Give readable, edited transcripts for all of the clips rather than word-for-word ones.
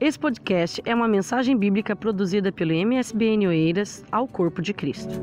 Esse podcast é uma mensagem bíblica produzida pelo MSBN Oeiras ao Corpo de Cristo.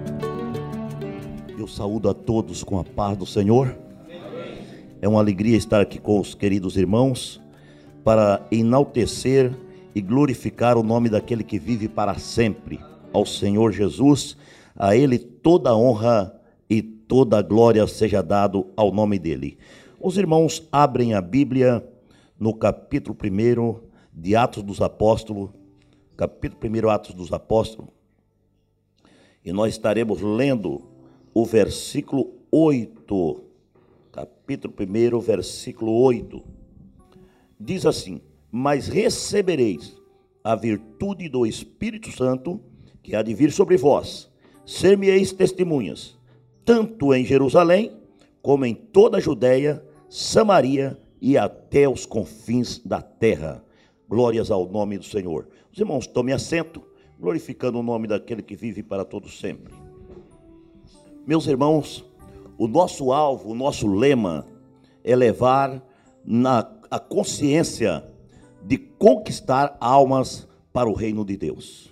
Eu saúdo a todos com a paz do Senhor. É uma alegria estar aqui com os queridos irmãos para enaltecer e glorificar o nome daquele que vive para sempre, ao Senhor Jesus. A Ele toda a honra e toda a glória seja dado ao nome dEle. Os irmãos abrem a Bíblia no capítulo 1 de Atos dos Apóstolos, capítulo 1, Atos dos Apóstolos, e nós estaremos lendo o versículo 8, capítulo 1, versículo 8, diz assim: mas recebereis a virtude do Espírito Santo, que há de vir sobre vós, ser-me-eis testemunhas, tanto em Jerusalém, como em toda a Judéia, Samaria e até os confins da terra. Glórias ao nome do Senhor. Os irmãos, tomem assento, glorificando o nome daquele que vive para todo sempre. Meus irmãos, o nosso alvo, o nosso lema é levar a consciência de conquistar almas para o reino de Deus.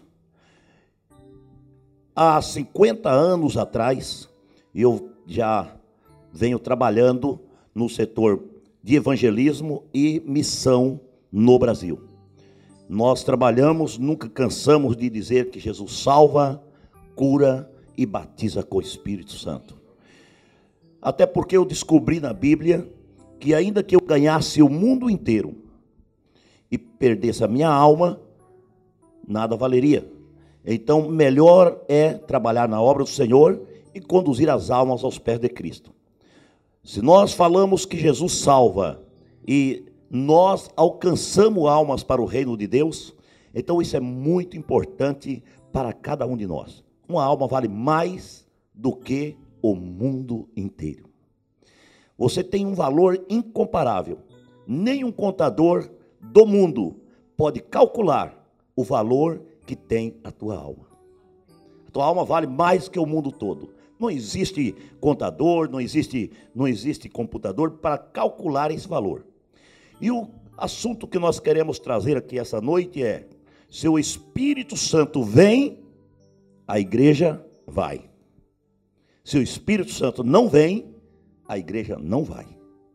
Há 50 anos atrás, eu já venho trabalhando no setor de evangelismo e missão no Brasil. Nós trabalhamos, nunca cansamos de dizer que Jesus salva, cura e batiza com o Espírito Santo. Até porque eu descobri na Bíblia que ainda que eu ganhasse o mundo inteiro e perdesse a minha alma, nada valeria. Então, melhor é trabalhar na obra do Senhor e conduzir as almas aos pés de Cristo. Se nós falamos que Jesus salva e nós alcançamos almas para o reino de Deus, então isso é muito importante para cada um de nós. Uma alma vale mais do que o mundo inteiro. Você tem um valor incomparável. Nenhum contador do mundo pode calcular o valor que tem a tua alma. A tua alma vale mais que o mundo todo. Não existe contador, não existe computador para calcular esse valor. E o assunto que nós queremos trazer aqui essa noite é: se o Espírito Santo vem, a igreja vai. Se o Espírito Santo não vem, a igreja não vai.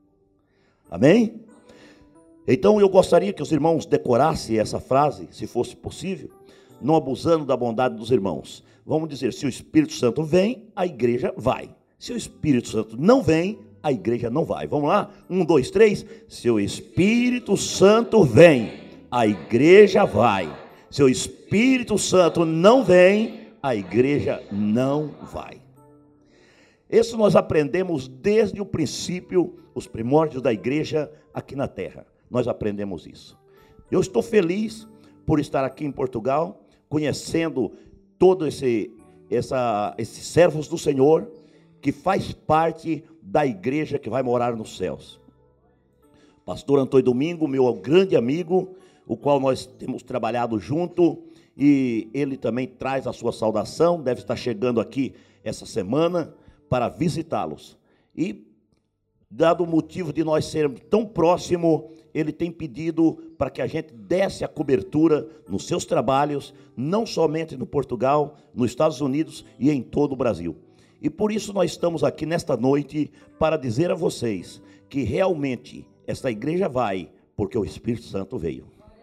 Amém? Então eu gostaria que os irmãos decorassem essa frase, se fosse possível, não abusando da bondade dos irmãos. Vamos dizer: se o Espírito Santo vem, a igreja vai. Se o Espírito Santo não vem, a igreja não vai. Vamos lá? 1, 2, 3. Se o Espírito Santo vem, a igreja vai. Se o Espírito Santo não vem, a igreja não vai. Isso nós aprendemos desde o princípio, os primórdios da igreja aqui na terra. Nós aprendemos isso. Eu estou feliz por estar aqui em Portugal, conhecendo todos esses servos do Senhor, que faz parte da igreja que vai morar nos céus. Pastor Antônio Domingo, meu grande amigo, o qual nós temos trabalhado junto, e ele também traz a sua saudação, deve estar chegando aqui essa semana para visitá-los. E, dado o motivo de nós sermos tão próximos, ele tem pedido para que a gente desse a cobertura nos seus trabalhos, não somente no Portugal, nos Estados Unidos e em todo o Brasil. E por isso nós estamos aqui nesta noite para dizer a vocês que realmente esta igreja vai, porque o Espírito Santo veio.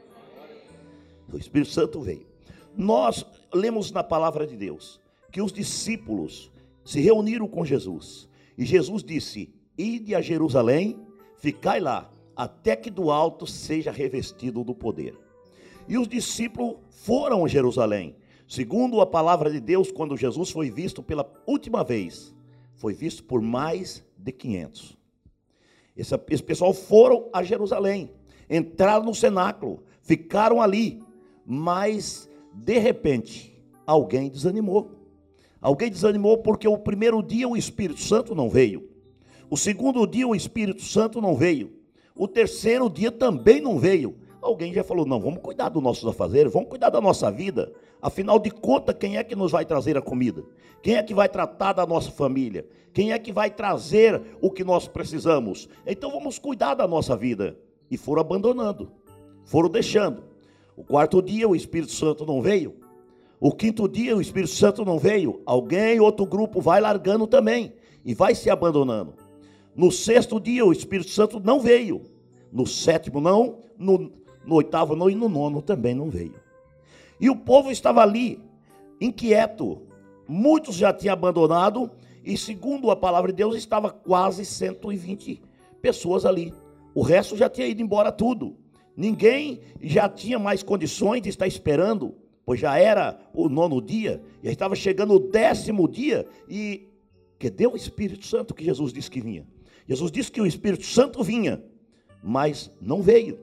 O Espírito Santo veio. Nós lemos na palavra de Deus que os discípulos se reuniram com Jesus. E Jesus disse: ide a Jerusalém, ficai lá, até que do alto seja revestido do poder. E os discípulos foram a Jerusalém. Segundo a palavra de Deus, quando Jesus foi visto pela última vez, foi visto por mais de 500. Esse pessoal foram a Jerusalém, entraram no cenáculo, ficaram ali, mas de repente alguém desanimou. Alguém desanimou porque o primeiro dia o Espírito Santo não veio. O segundo dia o Espírito Santo não veio. O terceiro dia também não veio. Alguém já falou: não, vamos cuidar dos nossos afazeres, vamos cuidar da nossa vida. Afinal de contas, quem é que nos vai trazer a comida? Quem é que vai tratar da nossa família? Quem é que vai trazer o que nós precisamos? Então vamos cuidar da nossa vida. E foram abandonando, foram deixando. O quarto dia o Espírito Santo não veio. O quinto dia o Espírito Santo não veio. Alguém, outro grupo vai largando também e vai se abandonando. No sexto dia o Espírito Santo não veio. No sétimo não, no oitavo não e no nono também não veio. E o povo estava ali, inquieto. Muitos já tinham abandonado e, segundo a palavra de Deus, estava quase 120 pessoas ali. O resto já tinha ido embora tudo. Ninguém já tinha mais condições de estar esperando, pois já era o nono dia, já estava chegando o 10º dia, e cadê o Espírito Santo que Jesus disse que vinha? Jesus disse que o Espírito Santo vinha, mas não veio.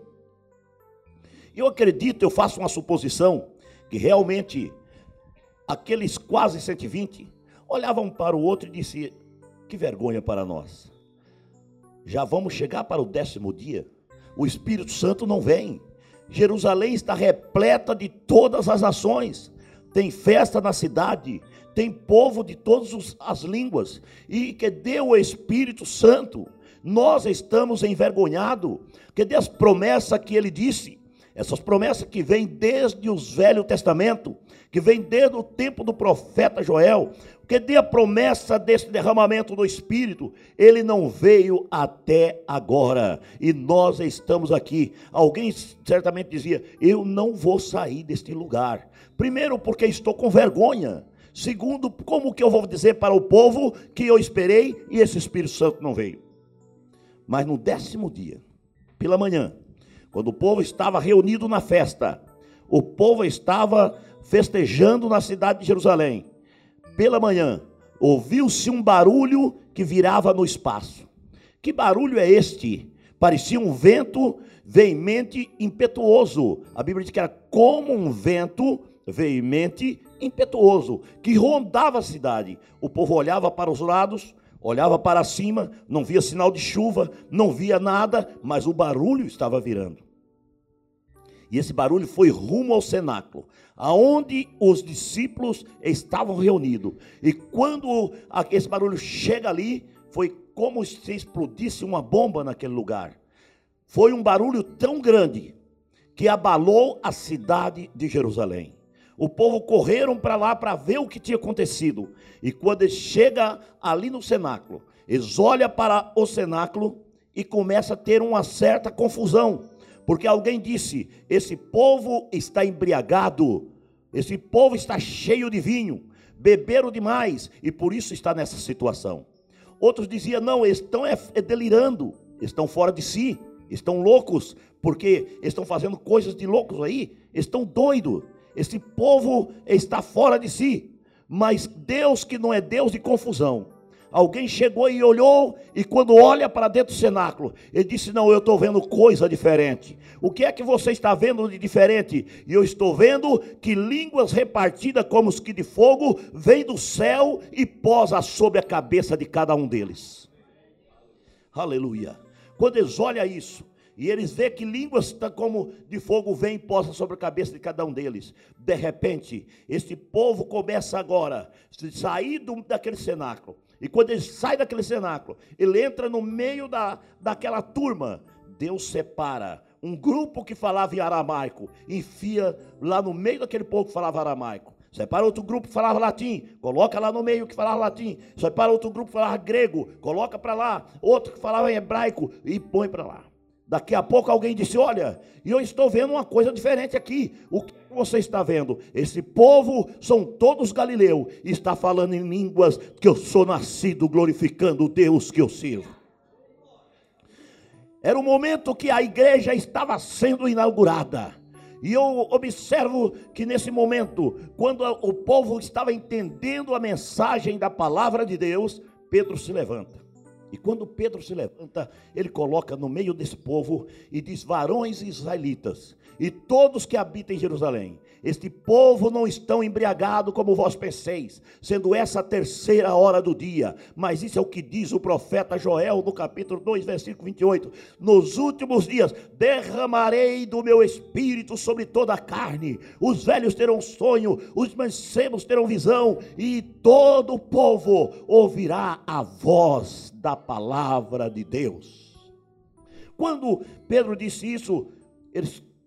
Eu acredito, eu faço uma suposição, que realmente aqueles quase 120 olhavam um para o outro e diziam: que vergonha para nós. Já vamos chegar para o 10º dia, o Espírito Santo não vem. Jerusalém está repleta de todas as nações, tem festa na cidade, tem povo de todas as línguas, e cadê o Espírito Santo? Nós estamos envergonhados. Cadê as promessas que ele disse? Essas promessas que vêm desde o Velho Testamento, que vêm desde o tempo do profeta Joel. Cadê a promessa desse derramamento do Espírito? Ele não veio até agora, e nós estamos aqui. Alguém certamente dizia: eu não vou sair deste lugar. Primeiro, porque estou com vergonha. Segundo, como que eu vou dizer para o povo que eu esperei e esse Espírito Santo não veio? Mas no 10º dia, pela manhã, quando o povo estava reunido na festa, o povo estava festejando na cidade de Jerusalém, pela manhã, ouviu-se um barulho que virava no espaço. Que barulho é este? Parecia um vento veemente impetuoso. A Bíblia diz que era como um vento veemente impetuoso, que rondava a cidade. O povo olhava para os lados, olhava para cima, não via sinal de chuva, não via nada, mas o barulho estava virando. E esse barulho foi rumo ao cenáculo, aonde os discípulos estavam reunidos. E quando esse barulho chega ali, foi como se explodisse uma bomba naquele lugar. Foi um barulho tão grande que abalou a cidade de Jerusalém. O povo correram para lá para ver o que tinha acontecido. E quando ele chega ali no cenáculo, eles olham para o cenáculo e começa a ter uma certa confusão. Porque alguém disse: esse povo está embriagado, esse povo está cheio de vinho, beberam demais e por isso está nessa situação. Outros diziam: não, eles estão delirando, estão fora de si, estão loucos, porque estão fazendo coisas de loucos aí, estão doidos, esse povo está fora de si. Mas Deus, que não é Deus de confusão, alguém chegou e olhou, e quando olha para dentro do cenáculo, ele disse: não, eu estou vendo coisa diferente. O que é que você está vendo de diferente? E eu estou vendo que línguas repartidas como os que de fogo vêm do céu e posa sobre a cabeça de cada um deles. Aleluia. Quando eles olham isso, e eles veem que línguas como de fogo vêm e posa sobre a cabeça de cada um deles, de repente, esse povo começa agora a sair daquele cenáculo. E quando ele sai daquele cenáculo, ele entra no meio daquela turma. Deus separa um grupo que falava em aramaico, enfia lá no meio daquele povo que falava aramaico. Separa outro grupo que falava latim, coloca lá no meio que falava latim. Separa outro grupo que falava grego, coloca para lá. Outro que falava em hebraico e põe para lá. Daqui a pouco alguém disse: olha, eu estou vendo uma coisa diferente aqui. O que você está vendo? Esse povo são todos galileus e está falando em línguas que eu sou nascido glorificando o Deus que eu sirvo. Era o momento que a igreja estava sendo inaugurada. E eu observo que nesse momento, quando o povo estava entendendo a mensagem da palavra de Deus, Pedro se levanta. E quando Pedro se levanta, ele coloca no meio desse povo e diz: varões israelitas, e todos que habitam em Jerusalém, este povo não estão embriagados como vós penseis, sendo essa a 3ª hora do dia. Mas isso é o que diz o profeta Joel no capítulo 2, versículo 28. Nos últimos dias derramarei do meu espírito sobre toda a carne. Os velhos terão sonho, os mancebos terão visão, e todo o povo ouvirá a voz da palavra de Deus. Quando Pedro disse isso, eles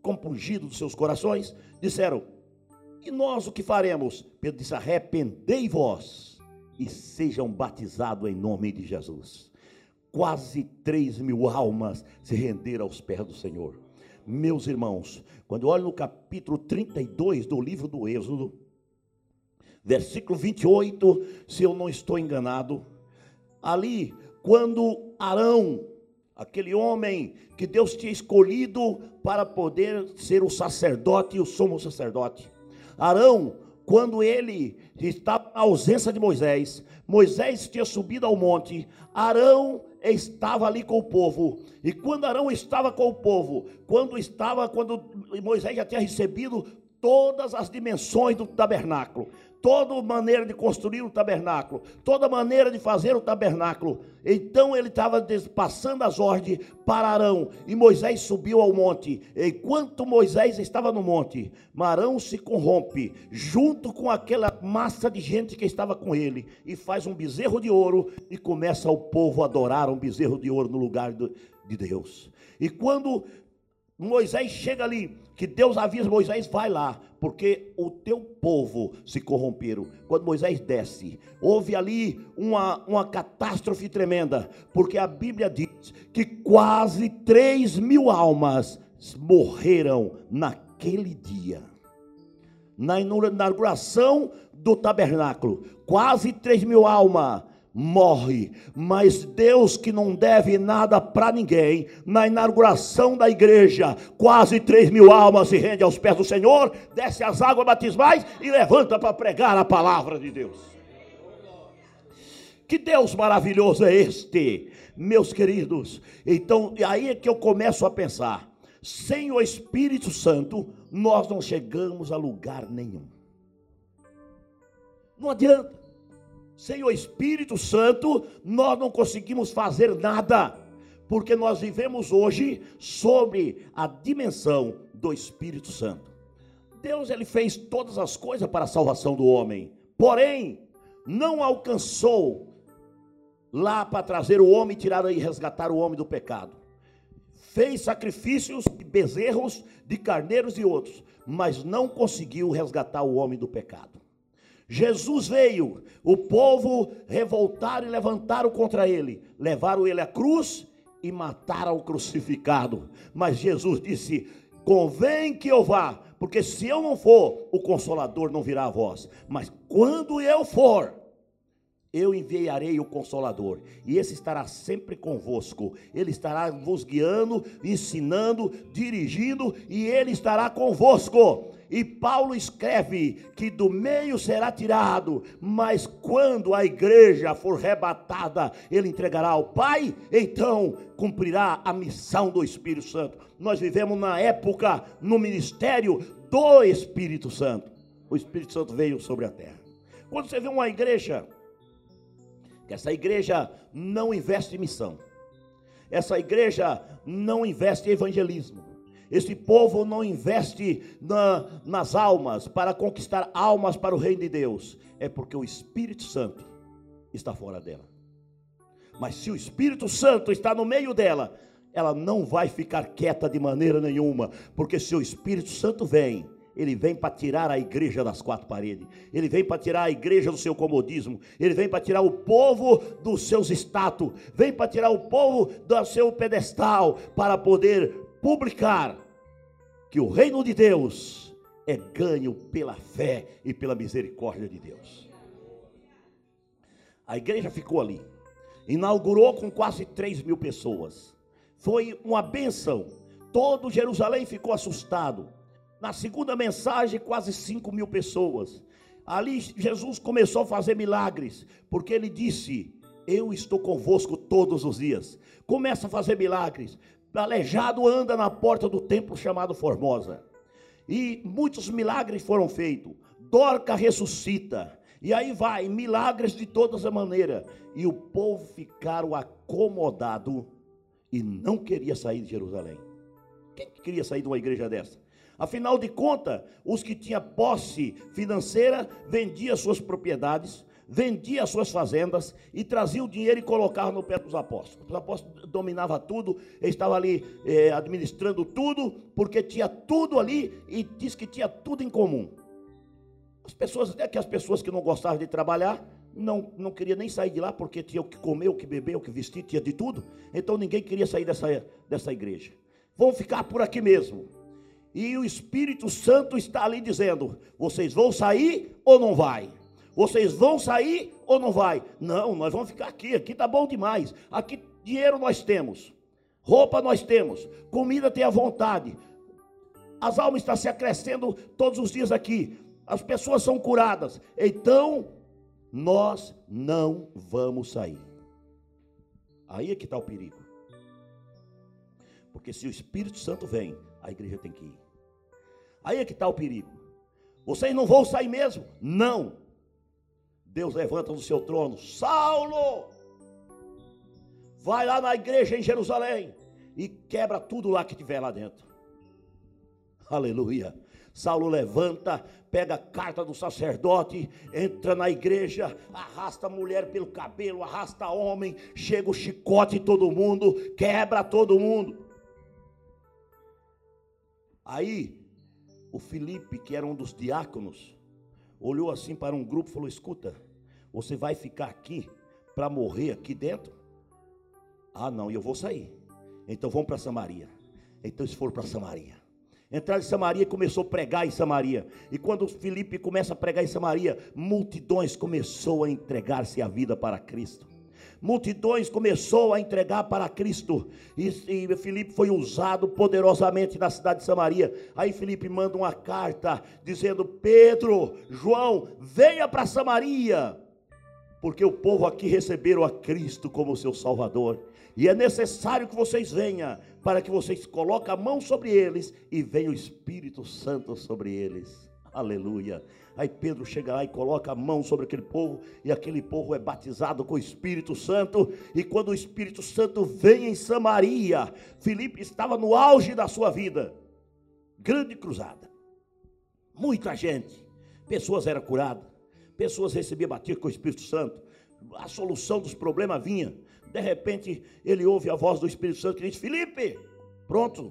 compungido dos seus corações, disseram: e nós o que faremos? Pedro disse: arrependei-vos e sejam batizados em nome de Jesus. Quase 3.000 almas se renderam aos pés do Senhor. Meus irmãos, quando eu olho no capítulo 32 do livro do Êxodo, versículo 28, se eu não estou enganado, ali, quando Arão, aquele homem que Deus tinha escolhido para poder ser o sacerdote e o sumo sacerdote, Arão, quando ele estava na ausência de Moisés, Moisés tinha subido ao monte, Arão estava ali com o povo, e quando Arão estava com o povo, quando Moisés já tinha recebido todas as dimensões do tabernáculo, toda maneira de construir o tabernáculo, toda maneira de fazer o tabernáculo, então ele estava passando as ordens para Arão, e Moisés subiu ao monte. Enquanto Moisés estava no monte, Arão se corrompe, junto com aquela massa de gente que estava com ele, e faz um bezerro de ouro, e começa o povo a adorar um bezerro de ouro no lugar de Deus. E quando Moisés chega ali, que Deus avisa Moisés: vai lá, porque o teu povo se corromperam. Quando Moisés desce, houve ali uma catástrofe tremenda, porque a Bíblia diz que quase 3.000 almas morreram naquele dia. Na inauguração do tabernáculo, quase 3.000 almas morre, mas Deus, que não deve nada para ninguém, na inauguração da igreja, quase 3.000 almas se rendem aos pés do Senhor, desce as águas batismais e levanta para pregar a palavra de Deus. Que Deus maravilhoso é este, meus queridos. Então, aí é que eu começo a pensar: sem o Espírito Santo, nós não chegamos a lugar nenhum. Não adianta. Sem o Espírito Santo, nós não conseguimos fazer nada, porque nós vivemos hoje sobre a dimensão do Espírito Santo. Deus, ele fez todas as coisas para a salvação do homem, porém, não alcançou lá para trazer o homem, tirar e resgatar o homem do pecado. Fez sacrifícios de bezerros, de carneiros e outros, mas não conseguiu resgatar o homem do pecado. Jesus veio, o povo revoltaram e levantaram contra ele, levaram ele à cruz e mataram o crucificado. Mas Jesus disse: convém que eu vá, porque se eu não for, o Consolador não virá a vós, mas quando eu for, eu enviarei o Consolador, e esse estará sempre convosco. Ele estará vos guiando, ensinando, dirigindo, e ele estará convosco. E Paulo escreve que do meio será tirado, mas quando a igreja for arrebatada, ele entregará ao Pai, então cumprirá a missão do Espírito Santo. Nós vivemos na época, no ministério do Espírito Santo. O Espírito Santo veio sobre a terra. Quando você vê uma igreja, que essa igreja não investe em missão, essa igreja não investe em evangelismo, esse povo não investe nas almas, para conquistar almas para o reino de Deus, é porque o Espírito Santo está fora dela. Mas se o Espírito Santo está no meio dela, ela não vai ficar quieta de maneira nenhuma, porque se o Espírito Santo vem, ele vem para tirar a igreja das quatro paredes, ele vem para tirar a igreja do seu comodismo, ele vem para tirar o povo dos seus status, vem para tirar o povo do seu pedestal, para poder publicar que o reino de Deus é ganho pela fé e pela misericórdia de Deus. A igreja ficou ali, inaugurou com quase 3.000 pessoas, foi uma bênção, todo Jerusalém ficou assustado. Na segunda mensagem, quase 5.000 pessoas. Ali Jesus começou a fazer milagres, porque ele disse: eu estou convosco todos os dias. Começa a fazer milagres. Aleijado anda na porta do templo chamado Formosa, e muitos milagres foram feitos. Dorca ressuscita, e aí vai, milagres de todas as maneiras, e o povo ficaram acomodado e não queria sair de Jerusalém. Quem queria sair de uma igreja dessa? Afinal de contas, os que tinham posse financeira vendiam suas propriedades, vendia as suas fazendas e trazia o dinheiro e colocava no pé dos apóstolos. Os apóstolos dominavam tudo, ele estava ali administrando tudo, porque tinha tudo ali e diz que tinha tudo em comum. As pessoas, até que as pessoas que não gostavam de trabalhar, não queriam nem sair de lá, porque tinha o que comer, o que beber, o que vestir, tinha de tudo. Então ninguém queria sair dessa igreja. Vão ficar por aqui mesmo. E o Espírito Santo está ali dizendo: vocês vão sair ou não vai? Vocês vão sair ou não vai? Não, nós vamos ficar aqui está bom demais. Aqui dinheiro nós temos, roupa nós temos, comida tem à vontade, as almas estão se acrescendo todos os dias aqui, as pessoas são curadas, então nós não vamos sair. Aí é que está o perigo, porque se o Espírito Santo vem, a igreja tem que ir. Aí é que está o perigo. Vocês não vão sair mesmo? Não. Deus levanta do seu trono: Saulo, vai lá na igreja em Jerusalém e quebra tudo lá que tiver lá dentro. Aleluia. Saulo levanta, pega a carta do sacerdote, entra na igreja, arrasta a mulher pelo cabelo, arrasta homem, chega o chicote em todo mundo, quebra todo mundo. Aí o Filipe, que era um dos diáconos, olhou assim para um grupo e falou: escuta, você vai ficar aqui para morrer aqui dentro? Ah não, eu vou sair. Então vamos para Samaria. Então eles foram para Samaria. Entraram em Samaria e começou a pregar em Samaria. E quando Filipe começa a pregar em Samaria, multidões começou a entregar-se a vida para Cristo. Multidões começou a entregar para Cristo, e Filipe foi usado poderosamente na cidade de Samaria. Aí Filipe manda uma carta dizendo: Pedro, João, venha para Samaria, porque o povo aqui receberam a Cristo como seu Salvador, e é necessário que vocês venham, para que vocês coloquem a mão sobre eles, e venha o Espírito Santo sobre eles. Aleluia. Aí Pedro chega lá e coloca a mão sobre aquele povo, e aquele povo é batizado com o Espírito Santo. E quando o Espírito Santo vem em Samaria, Filipe estava no auge da sua vida, grande cruzada, muita gente, pessoas eram curadas, pessoas recebiam batismo com o Espírito Santo, a solução dos problemas vinha. De repente ele ouve a voz do Espírito Santo que diz: Filipe, pronto,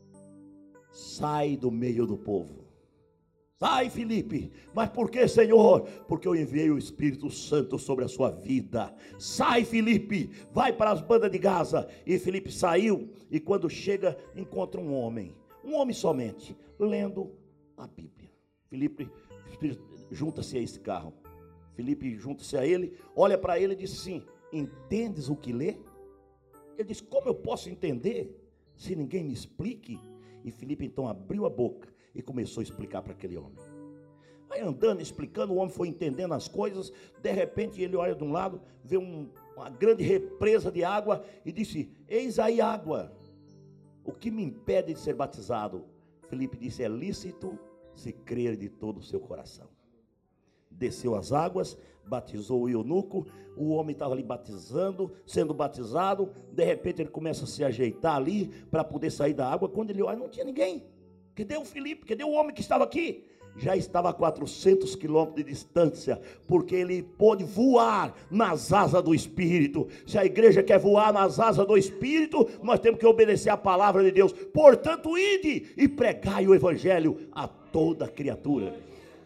sai do meio do povo. Sai, Filipe. Mas por que, Senhor? Porque eu enviei o Espírito Santo sobre a sua vida. Sai, Filipe, vai para as bandas de Gaza. E Filipe saiu, e quando chega, encontra um homem somente, lendo a Bíblia. Filipe junta-se a esse carro. Filipe junta-se a ele, olha para ele e diz assim: entendes o que lê? Ele diz: como eu posso entender se ninguém me explique? E Filipe então abriu a boca e começou a explicar para aquele homem. Aí andando, explicando, o homem foi entendendo as coisas. De repente ele olha de um lado, vê uma grande represa de água e disse: eis aí água, o que me impede de ser batizado? Filipe disse: é lícito se crer de todo o seu coração. Desceu as águas, batizou o eunuco. O homem estava ali sendo batizado. De repente ele começa a se ajeitar ali para poder sair da água. Quando ele olha, não tinha ninguém. Cadê o Filipe? Cadê o homem que estava aqui? Já estava a 400 quilômetros de distância, porque ele pôde voar nas asas do Espírito. Se a igreja quer voar nas asas do Espírito, nós temos que obedecer a palavra de Deus. Portanto, ide e pregai o Evangelho a toda criatura.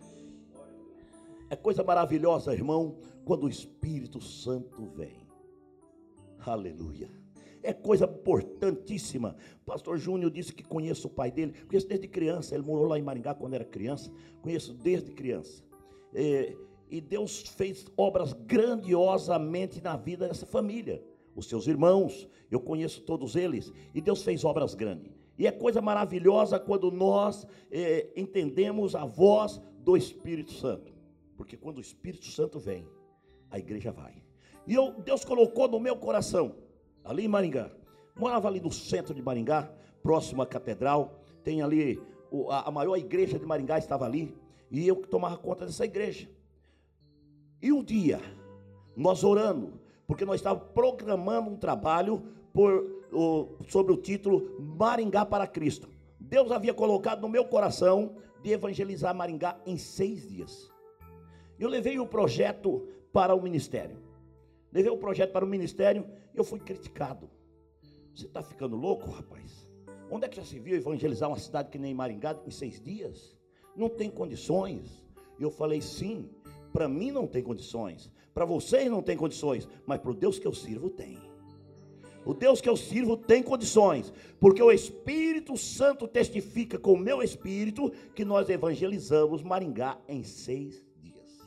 É coisa maravilhosa, irmão, quando o Espírito Santo vem. Aleluia. É coisa importantíssima. Pastor Júnior disse que conheço o pai dele, conheço desde criança. Ele morou lá em Maringá quando era criança. Conheço desde criança. E Deus fez obras grandiosamente na vida dessa família. Os seus irmãos, eu conheço todos eles. E Deus fez obras grandes. E é coisa maravilhosa quando nós entendemos a voz do Espírito Santo. Porque quando o Espírito Santo vem, a igreja vai. E Deus colocou no meu coração, ali em Maringá, morava ali no centro de Maringá, próximo à catedral, tem ali, a maior igreja de Maringá estava ali, e eu que tomava conta dessa igreja. E um dia, nós orando, porque nós estávamos programando um trabalho sobre o título Maringá para Cristo. Deus havia colocado no meu coração de evangelizar Maringá em 6 dias. Eu levei o projeto para o ministério. Levei o projeto para o ministério e eu fui criticado. Você está ficando louco, rapaz? Onde é que já se viu evangelizar uma cidade que nem Maringá em 6 dias? Não tem condições. E eu falei, sim, para mim não tem condições, para vocês não tem condições, mas para o Deus que eu sirvo tem. O Deus que eu sirvo tem condições, porque o Espírito Santo testifica com o meu espírito que nós evangelizamos Maringá em 6 dias.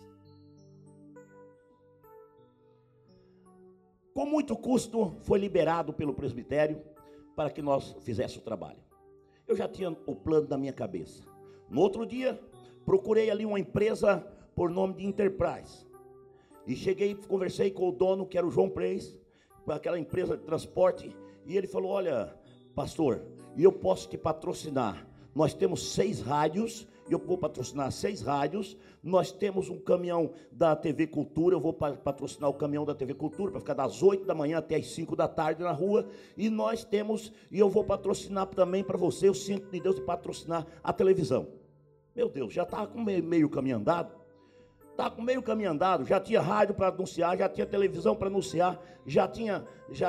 Com muito custo foi liberado pelo presbitério para que nós fizéssemos o trabalho. Eu já tinha o plano na minha cabeça. No outro dia, procurei ali uma empresa por nome de Enterprise. E cheguei, conversei com o dono, que era o João Preis, aquela empresa de transporte, e ele falou, olha, pastor, eu posso te patrocinar. Nós temos 6 rádios, eu vou patrocinar 6 rádios. Nós temos um caminhão da TV Cultura, eu vou patrocinar o caminhão da TV Cultura, para ficar das 8 da manhã até as 5 da tarde na rua. E nós temos, e eu vou patrocinar também para você, o Centro de Deus, de patrocinar a televisão. Meu Deus, já estava com meio caminho andado. Estava com meio caminho andado, já tinha rádio para anunciar, já tinha televisão para anunciar, já tinha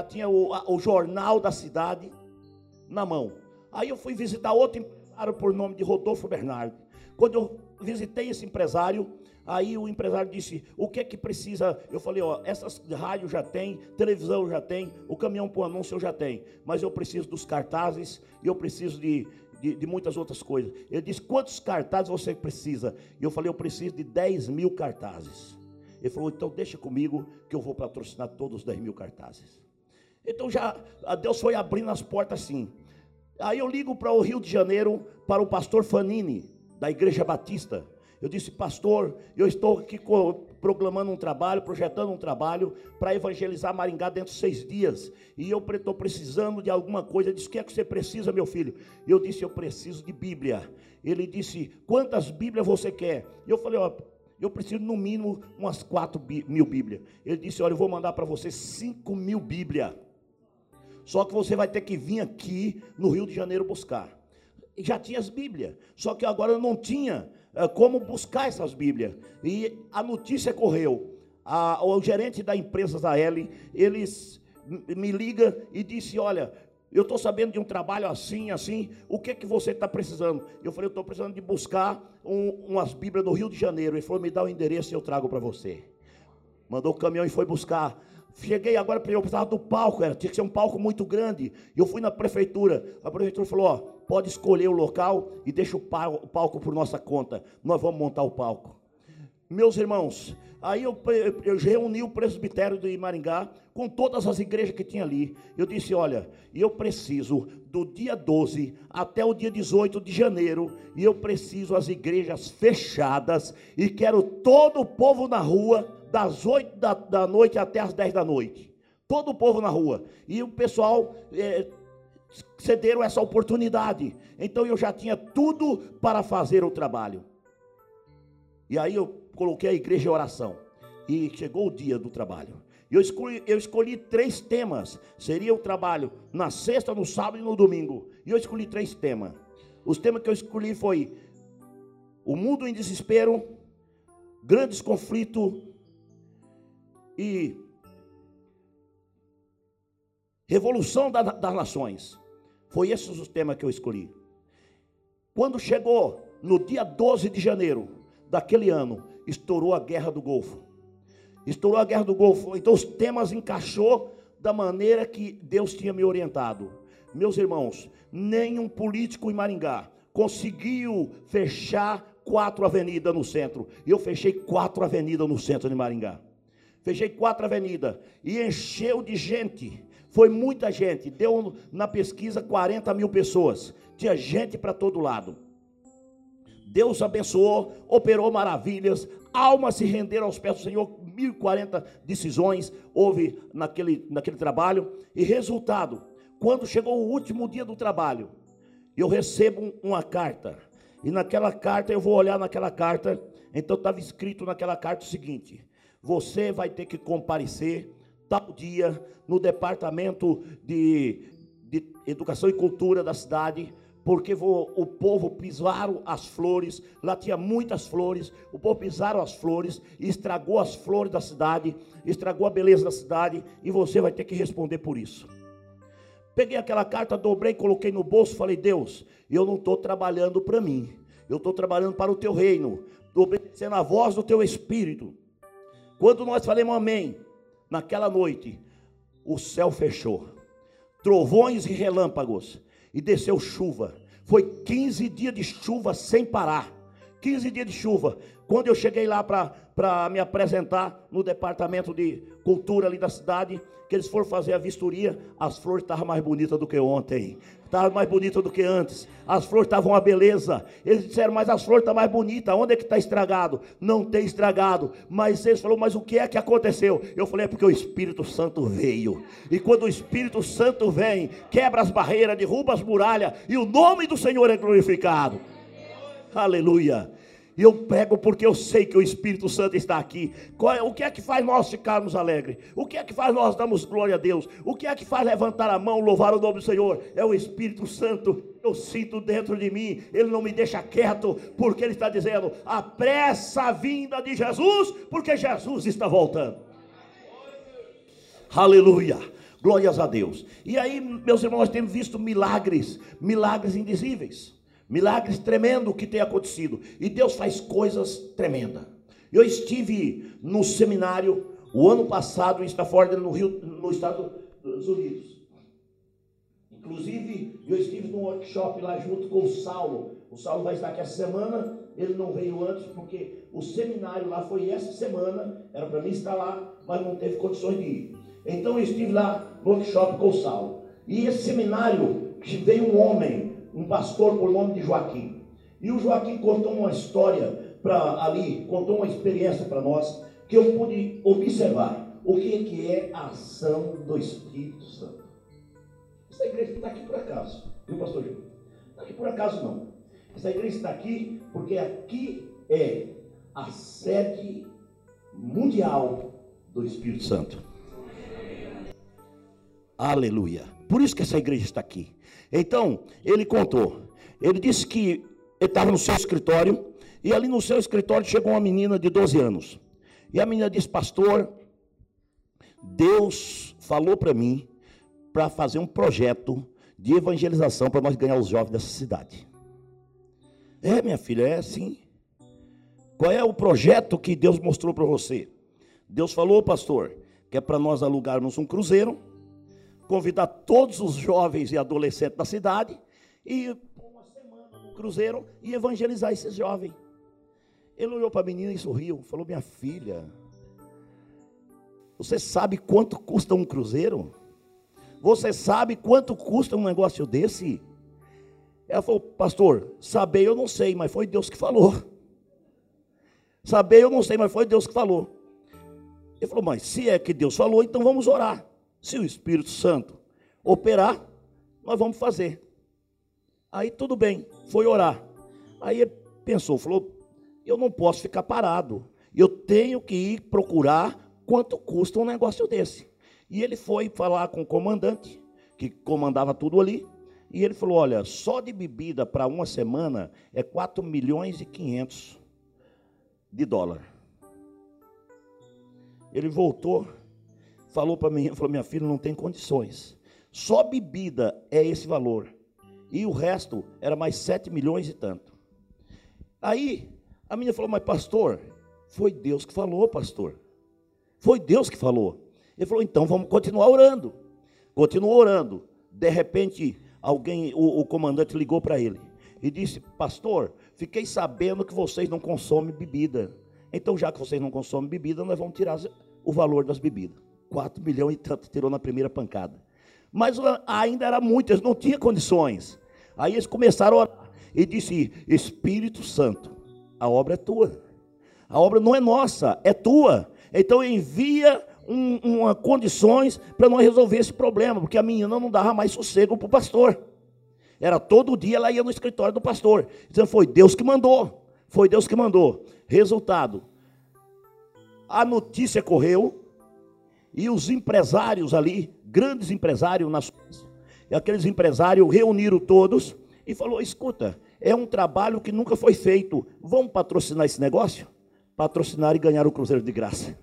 o jornal da cidade na mão. Aí eu fui visitar outro empresário por nome de Rodolfo Bernardo. Quando eu visitei esse empresário, aí o empresário disse, o que é que precisa? Eu falei, ó, essas rádios já tem, televisão já tem, o caminhão para o anúncio eu já tenho, mas eu preciso dos cartazes, eu preciso de muitas outras coisas. Ele disse, quantos cartazes você precisa? E eu falei, eu preciso de 10.000 cartazes. Ele falou, então deixa comigo que eu vou patrocinar todos os 10.000 cartazes. Então já Deus foi abrindo as portas assim. Aí eu ligo para o Rio de Janeiro, para o pastor Fanini, da Igreja Batista. Eu disse, pastor, eu estou aqui proclamando um trabalho, projetando um trabalho para evangelizar Maringá dentro de 6 dias. E eu estou precisando de alguma coisa. Ele disse, o que é que você precisa, meu filho? Eu disse, eu preciso de Bíblia. Ele disse, quantas Bíblias você quer? E eu falei, ó, eu preciso no mínimo umas 4.000 Bíblias. Ele disse, olha, eu vou mandar para você 5.000 Bíblias. Só que você vai ter que vir aqui no Rio de Janeiro buscar. E já tinha as Bíblias, só que agora eu não tinha como buscar essas Bíblias. E a notícia correu. O gerente da empresa Zael, eles me liga e disse, olha, eu estou sabendo de um trabalho assim, o que é que você está precisando? Eu falei, eu estou precisando de buscar umas Bíblias no Rio de Janeiro. Ele falou, me dá o endereço e eu trago para você. Mandou o caminhão e foi buscar. Cheguei agora, eu precisava do palco, tinha que ser um palco muito grande. E eu fui na prefeitura. A prefeitura falou, ó, pode escolher o local e deixa o palco por nossa conta. Nós vamos montar o palco. Meus irmãos, aí eu reuni o presbitério de Maringá com todas as igrejas que tinha ali. Eu disse, olha, eu preciso do dia 12 até o dia 18 de janeiro, e eu preciso as igrejas fechadas, e quero todo o povo na rua, das 8 da noite até as 10 da noite. Todo o povo na rua. E o pessoal cederam essa oportunidade. Então eu já tinha tudo para fazer o trabalho. E aí eu coloquei a igreja em oração. E chegou o dia do trabalho. Eu escolhi 3 temas. Seria o trabalho na sexta, no sábado e no domingo. E eu escolhi 3 temas. Os temas que eu escolhi foi o mundo em desespero, grandes conflitos e revolução das nações. Foi esses os temas que eu escolhi. Quando chegou no dia 12 de janeiro daquele ano, estourou a Guerra do Golfo. Estourou a Guerra do Golfo. Então os temas encaixou da maneira que Deus tinha me orientado. Meus irmãos, nenhum político em Maringá conseguiu fechar 4 avenidas no centro. Eu fechei 4 avenidas no centro de Maringá. Fechei 4 avenidas e encheu de gente. Foi muita gente. Deu na pesquisa 40.000 pessoas. Tinha gente para todo lado. Deus abençoou, operou maravilhas. Almas se renderam aos pés do Senhor. 1.040 decisões houve naquele trabalho. E resultado, quando chegou o último dia do trabalho, eu recebo uma carta. E naquela carta, eu vou olhar naquela carta. Então estava escrito naquela carta o seguinte: você vai ter que comparecer tal dia no departamento de Educação e Cultura da cidade porque o povo pisaram as flores, lá tinha muitas flores, o povo pisaram as flores, e estragou as flores da cidade, estragou a beleza da cidade, e você vai ter que responder por isso. Peguei aquela carta, dobrei, coloquei no bolso, falei, Deus, eu não estou trabalhando para mim, eu estou trabalhando para o teu reino, estou obedecendo a voz do teu Espírito. Quando nós falamos amém, naquela noite, o céu fechou, trovões e relâmpagos, e desceu chuva. Foi 15 dias de chuva sem parar. 15 dias de chuva. Quando eu cheguei lá para me apresentar no departamento de cultura ali da cidade, que eles foram fazer a vistoria, as flores estavam mais bonitas do que ontem. Estavam mais bonitas do que antes. As flores estavam uma beleza. Eles disseram, mas as flores estão mais bonitas. Onde é que está estragado? Não tem estragado. Mas eles falaram, mas o que é que aconteceu? Eu falei, é porque o Espírito Santo veio. E quando o Espírito Santo vem, quebra as barreiras, derruba as muralhas, e o nome do Senhor é glorificado. Aleluia. E eu prego porque eu sei que o Espírito Santo está aqui. O que é que faz nós ficarmos alegres? O que é que faz nós darmos glória a Deus? O que é que faz levantar a mão, louvar o nome do Senhor? É o Espírito Santo. Eu sinto dentro de mim, ele não me deixa quieto, porque ele está dizendo, apressa a vinda de Jesus, porque Jesus está voltando. Aleluia. Glórias a Deus. E aí, meus irmãos, nós temos visto milagres indizíveis. Milagres tremendos que tem acontecido. E Deus faz coisas tremendas. Eu estive no seminário o ano passado em Stafford, no Estados Unidos. Inclusive, eu estive num workshop lá junto com o Saulo. O Saulo vai estar aqui essa semana. Ele não veio antes porque o seminário lá foi essa semana. Era para mim estar lá, mas não teve condições de ir. Então eu estive lá no workshop com o Saulo. E esse seminário, veio um homem, um pastor por nome de Joaquim. E o Joaquim contou uma história contou uma experiência para nós, que eu pude observar o que é a ação do Espírito Santo. Essa igreja está aqui por acaso, viu, pastor Júlio? Está aqui por acaso não. Essa igreja está aqui porque aqui é a sede mundial do Espírito Santo. Aleluia. Por isso que essa igreja está aqui. Então, ele contou. Ele disse que ele estava no seu escritório, e ali no seu escritório chegou uma menina de 12 anos. E a menina disse, pastor, Deus falou para mim para fazer um projeto de evangelização para nós ganhar os jovens dessa cidade. É, minha filha, é assim. Qual é o projeto que Deus mostrou para você? Deus falou, pastor, que é para nós alugarmos um cruzeiro, convidar todos os jovens e adolescentes da cidade e por uma semana no cruzeiro e evangelizar esses jovens. Ele olhou para a menina e sorriu, falou, minha filha, você sabe quanto custa um cruzeiro? Você sabe quanto custa um negócio desse? Ela falou, pastor, saber eu não sei, mas foi Deus que falou. Saber eu não sei, mas foi Deus que falou. Ele falou, mas se é que Deus falou, então vamos orar. Se o Espírito Santo operar, nós vamos fazer. Aí tudo bem, foi orar. Aí ele pensou, falou, eu não posso ficar parado. Eu tenho que ir procurar quanto custa um negócio desse. E ele foi falar com o comandante, que comandava tudo ali. E ele falou, olha, só de bebida para uma semana é 4 milhões e 500 de dólar. Ele voltou, falou para mim, falou, minha filha, não tem condições. Só bebida é esse valor. E o resto era mais 7 milhões e tanto. Aí, a menina falou, mas pastor, foi Deus que falou, pastor. Foi Deus que falou. Ele falou, então vamos continuar orando. Continuou orando. De repente, o comandante ligou para ele e disse, pastor, fiquei sabendo que vocês não consomem bebida. Então, já que vocês não consomem bebida, nós vamos tirar o valor das bebidas. 4 milhões e tanto, tirou na primeira pancada. Mas ainda era muito, eles não tinham condições. Aí eles começaram a orar e disse, Espírito Santo, a obra é tua. A obra não é nossa, é tua. Então envia condições para nós resolver esse problema, porque a menina não dava mais sossego para o pastor. Era todo dia ela ia no escritório do pastor, dizendo, foi Deus que mandou. Foi Deus que mandou. Resultado, a notícia correu, e os empresários ali, grandes empresários, aqueles empresários reuniram todos e falou: escuta, é um trabalho que nunca foi feito, vamos patrocinar esse negócio? Patrocinar e ganhar o cruzeiro de graça.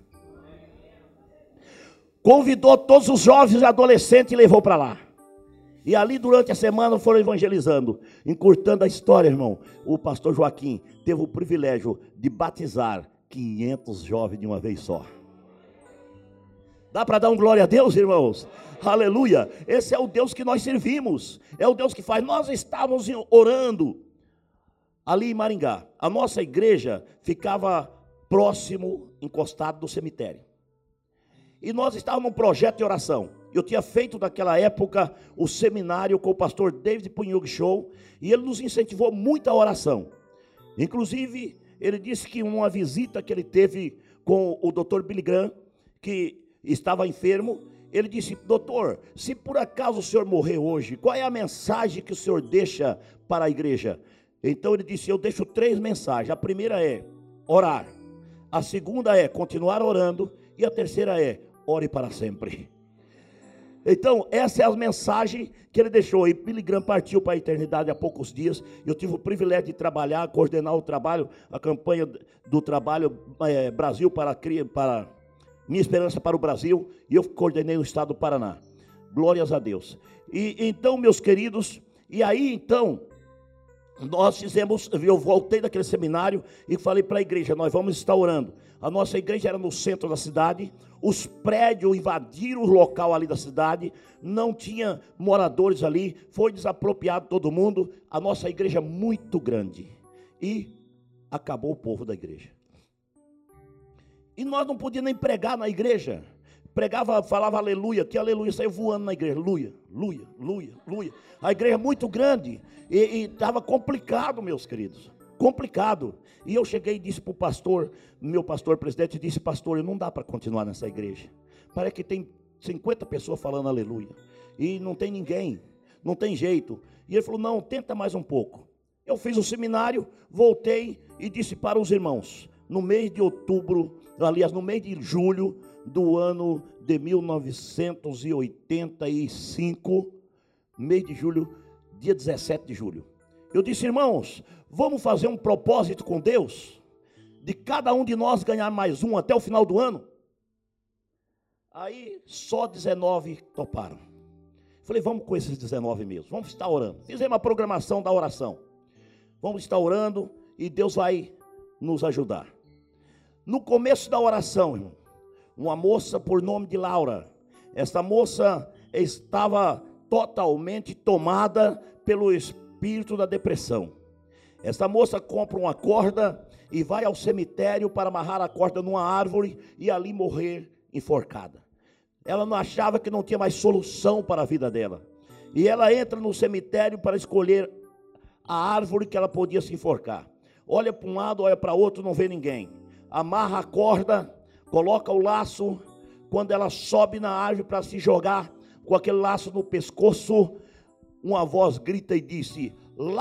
Convidou todos os jovens e adolescentes e levou para lá. E ali durante a semana foram evangelizando. Encurtando a história, irmão, o pastor Joaquim teve o privilégio de batizar 500 jovens de uma vez só. Dá para dar um glória a Deus, irmãos? Aleluia! Esse é o Deus que nós servimos. É o Deus que faz. Nós estávamos orando ali em Maringá. A nossa igreja ficava próximo, encostado do cemitério. E nós estávamos num projeto de oração. Eu tinha feito naquela época o seminário com o pastor David Punhug Show, e ele nos incentivou muito a oração. Inclusive, ele disse que uma visita que ele teve com o Dr. Billy Graham, que estava enfermo, ele disse: doutor, se por acaso o senhor morrer hoje, qual é a mensagem que o senhor deixa para a igreja? Então ele disse: eu deixo 3 mensagens. A primeira é orar, a segunda é continuar orando, e a terceira é ore para sempre. Então, essa é a mensagem que ele deixou. E Billy Graham partiu para a eternidade há poucos dias. Eu tive o privilégio de trabalhar, coordenar o trabalho, a campanha do trabalho Brasil para Minha Esperança para o Brasil. E eu coordenei o estado do Paraná. Glórias a Deus. E então, meus queridos, e aí então, eu voltei daquele seminário e falei para a igreja: nós vamos estar orando. A nossa igreja era no centro da cidade, os prédios invadiram o local ali da cidade, não tinha moradores ali, foi desapropriado todo mundo, a nossa igreja é muito grande, e acabou o povo da igreja. E nós não podíamos nem pregar na igreja, pregava, falava aleluia, que aleluia saiu voando na igreja, aleluia, aleluia, aleluia, aleluia. A igreja é muito grande, e estava complicado, meus queridos, complicado. E eu cheguei e disse para o pastor, meu pastor presidente, disse: pastor, não dá para continuar nessa igreja, parece que tem 50 pessoas falando aleluia, e não tem ninguém, não tem jeito. E ele falou: não, tenta mais um pouco. Eu fiz o seminário, voltei e disse para os irmãos, no mês de outubro, aliás, no mês de julho do ano de 1985, mês de julho, dia 17 de julho, eu disse: irmãos, vamos fazer um propósito com Deus, de cada um de nós ganhar mais um até o final do ano. Aí só 19 toparam. Falei: vamos com esses 19 mesmo, vamos estar orando. Fizemos a programação da oração, vamos estar orando e Deus vai nos ajudar. No começo da oração, irmão, uma moça por nome de Laura, essa moça estava totalmente tomada pelo espírito da depressão. Essa moça compra uma corda e vai ao cemitério para amarrar a corda numa árvore e ali morrer enforcada. Ela não achava que não tinha mais solução para a vida dela. E ela entra no cemitério para escolher a árvore que ela podia se enforcar. Olha para um lado, olha para outro, não vê ninguém. Amarra a corda, coloca o laço. Quando ela sobe na árvore para se jogar com aquele laço no pescoço, uma voz grita e disse: